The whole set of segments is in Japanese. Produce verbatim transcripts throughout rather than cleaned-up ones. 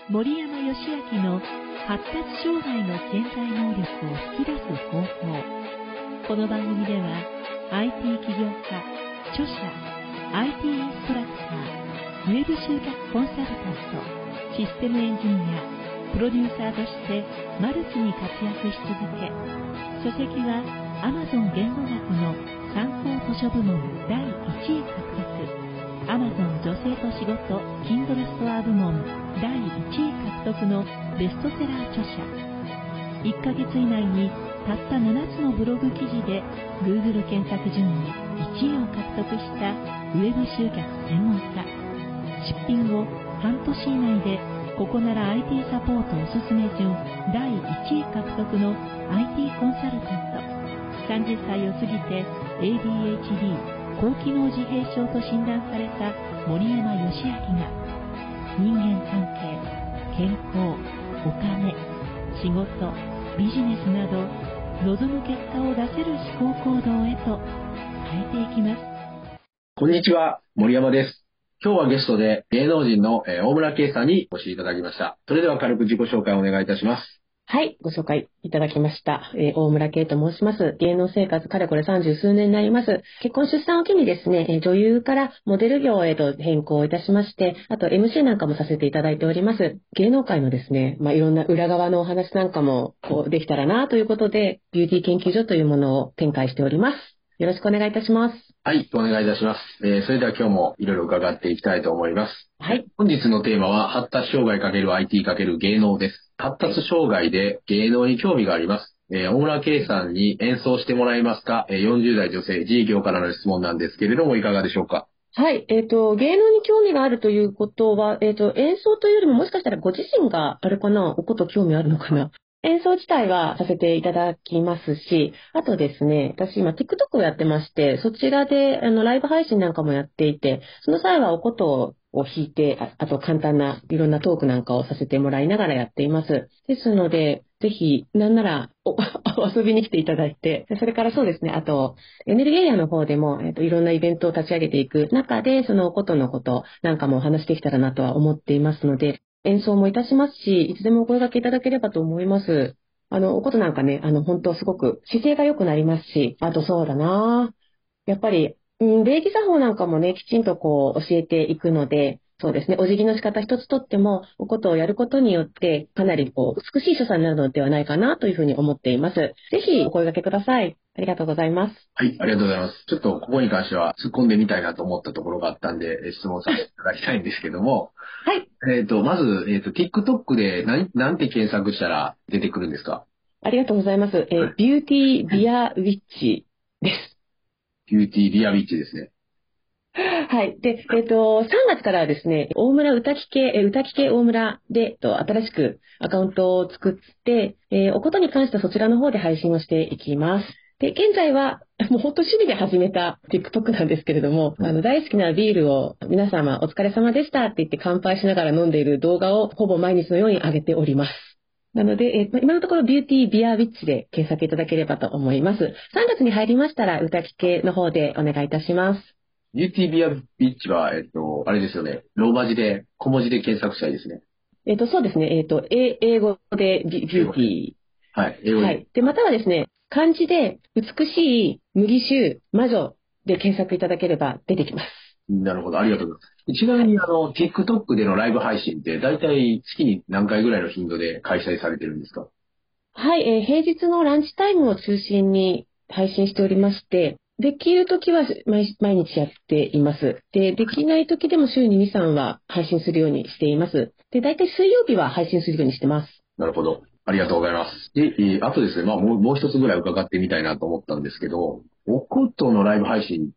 森山義明の発達障害の潜在能力を引き出す方法。この番組では アイティー 起業家、著者、アイティー インストラクター、ウェブ集客コンサルタント、システムエンジニア、プロデューサーとしてマルチに活躍し続け、書籍は Amazon 言語学の参考図書部門だいいちい獲得、Amazon 女性と仕事 Kindle ストア部門だいいちい獲得のベストセラー著者。いっかげつ以内にたったななつのブログ記事で Google 検索順位いちいを獲得したウェブ集客専門家。出品後半年以内でここなら アイティー サポートおすすめ順だいいちい獲得の アイティー コンサルタント。さんじゅっさいを過ぎて エーディーエイチディー 高機能自閉症と診断された森山義明が人間関係、健康、お金、仕事、ビジネスなど望む結果を出せる思考行動へと変えていきます。 こんにちは、森山です。今日はゲストで芸能人の大村圭さんにお越しいただきました。それでは軽く自己紹介をお願いいたします。 はい、ご紹介いただきました。えー、大村圭と申します。芸能生活かれこれ三十数年になります。結婚出産を機にですね、えー、女優からモデル業へと変更いたしまして、あと エムシー なんかもさせていただいております。芸能界のですね、まあ、いろんな裏側のお話なんかもこうできたらなということで、ビューティー研究所というものを展開しております。よろしくお願いいたします。 はい、お願いいたします。えー、それでは今日もいろいろ伺っていきたいと思います。 はい。 本日のテーマは発達障害 ×アイティー × 芸能です。発達障害で芸能に興味があります。えー、大村圭さんに演奏してもらえますか？えー、よんじゅうだい女性自営業からの質問なんですけれどもいかがでしょうか？ はい。えっと、芸能に興味があるということは、えっと、演奏というよりももしかしたらご自身があれかな、おこと興味あるのかな。演奏自体はさせていただきますし、あとですね、私今 TikTok をやってまして、そちらであのライブ配信なんかもやっていて、その際はおことを弾いて、あ、あと簡単ないろんなトークなんかをさせてもらいながらやっています。ですので、ぜひ、なんならお遊びに来ていただいて、それからそうですね、あと、エネルギーエリアの方でも、えっと、いろんなイベントを立ち上げていく中で、そのおことのことなんかもお話しできたらなとは思っていますので、演奏もいたしますし、いつでもお声掛けいただければと思います。あの、おことなんかね、あの、本当すごく姿勢が良くなりますし、あとそうだなやっぱり、うん、礼儀作法なんかもね、きちんとこう教えていくので、そうですね、お辞儀の仕方一つとっても、おことをやることによって、かなりこう、美しい所作になるのではないかなというふうに思っています。ぜひ、お声掛けください。ありがとうございます。 はい、ありがとうございます。ちょっとここに関しては突っ込んでみたいなと思ったところがあったんで、質問させていただきたいんですけども、 はい。 えっと、まず、えっと、TikTok で何、なんて検索したら出てくるんですか？ ありがとうございます。えー、ビューティービアウィッチです。 ビューティービアウィッチですね。 はい。で、えっと、さんがつからはですね、大村歌き系、え歌き系大村で、えっと、新しくアカウントを作って、えーおことに関してはそちらの方で配信をしていきます。で、現在は、もう本当趣味で始めた TikTok なんですけれども、あの、大好きなビールを皆様お疲れ様でしたって言って乾杯しながら飲んでいる動画をほぼ毎日のように上げております。なので、えー今のところビューティービアウィッチで検索いただければと思います。さんがつに入りましたら歌き系の方でお願いいたします。 ビューティービアビッチは、えっと、あれですよね。ローマ字で、小文字で検索したいですね。 えっと、そうですね。えっと、英英語でビビューティー。 はい、英語で。 はい。で、またはですね、漢字で美しい麦酒魔女で検索いただければ出てきます。 なるほど、ありがとうございます。ちなみに、あの、TikTok でのライブ配信って、だいたい月に何回ぐらいの頻度で開催されてるんですか？ はい、えー平日のランチタイムを中心に配信しておりまして、できるときは毎毎日やっています。で、できないときでも週にに、さんは配信するようにしています。で、だいたい水曜日は配信するようにしてます。 なるほど。ありがとうございます。で、えーあとですね、まあもう、もう一つぐらい伺ってみたいなと思ったんですけど、おことのライブ配信って、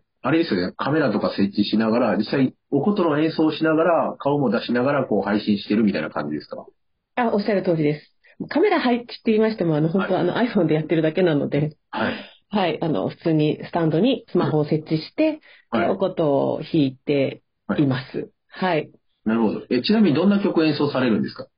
あれですよね、カメラとか設置しながら、実際、おことの演奏をしながら、顔も出しながら、こう配信してるみたいな感じですか？ あ、おっしゃる通りです。カメラ入って言いましても、あの、本当はあの iPhone でやってるだけなので、 はい。 はい、あの、普通にスタンドにスマホを設置して、 はいで、おことを弾いています。はい。 なるほど。え、ちなみにどんな曲演奏されるんですか？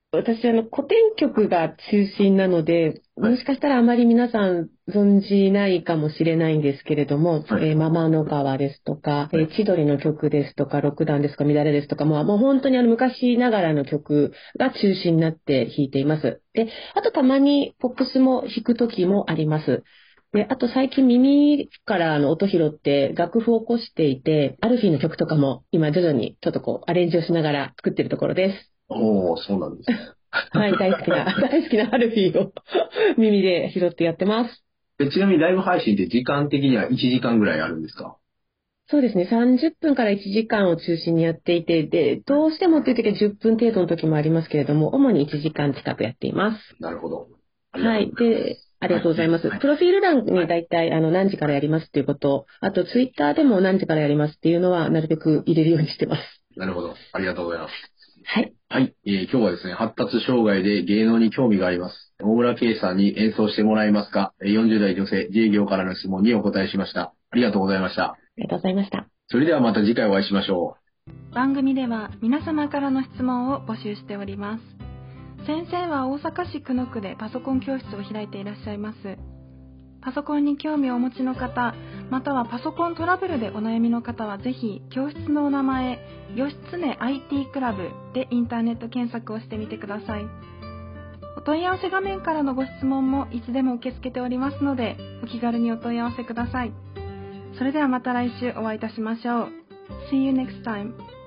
私、あの、古典曲が中心なので、もしかしたらあまり皆さん存じないかもしれないんですけれども、 はいえー、ママの川ですとか、えー、千鳥の曲ですとか、六段ですとか、乱れですとか、まあ、もう本当にあの、昔ながらの曲が中心になって弾いています。で、あとたまにポップスも弾く時もあります。で、あと最近耳からあの音拾って楽譜を起こしていて、アルフィーの曲とかも今徐々にちょっとこうアレンジをしながら作ってるところです。 おー、そうなんです。 はい、大好きな、大好きなアルフィーを耳で拾ってやってます。 でちなみにライブ配信って時間的にはいちじかんぐらいあるんですか？ そうですね、さんじゅっぷんからいちじかんを中心にやっていて、で、どうしてもっていう時はじゅっぷん程度の時もありますけれども、主にいちじかん近くやっています。 なるほど。 はい。で、ありがとうございます。 はい、 プロフィール欄に大体、あの、何時からやりますっていうこと、あと、ツイッターでも何時からやりますっていうのは、なるべく入れるようにしてます。 なるほど。ありがとうございます。 はい。 はい。えー、今日はですね、発達障害で芸能に興味があります。大村圭さんに演奏してもらえますか？よんじゅう代女性、自営業からの質問にお答えしました。ありがとうございました。 ありがとうございました。 それではまた次回お会いしましょう。番組では皆様からの質問を募集しております。先生は大阪市久野区でパソコン教室を開いていらっしゃいます。パソコンに興味をお持ちの方、またはパソコントラブルでお悩みの方はぜひ教室のお名前、義経 アイティー クラブでインターネット検索をしてみてください。お問い合わせ画面からのご質問もいつでも受け付けておりますので、お気軽にお問い合わせください。それではまた来週お会いいたしましょう。See you next time.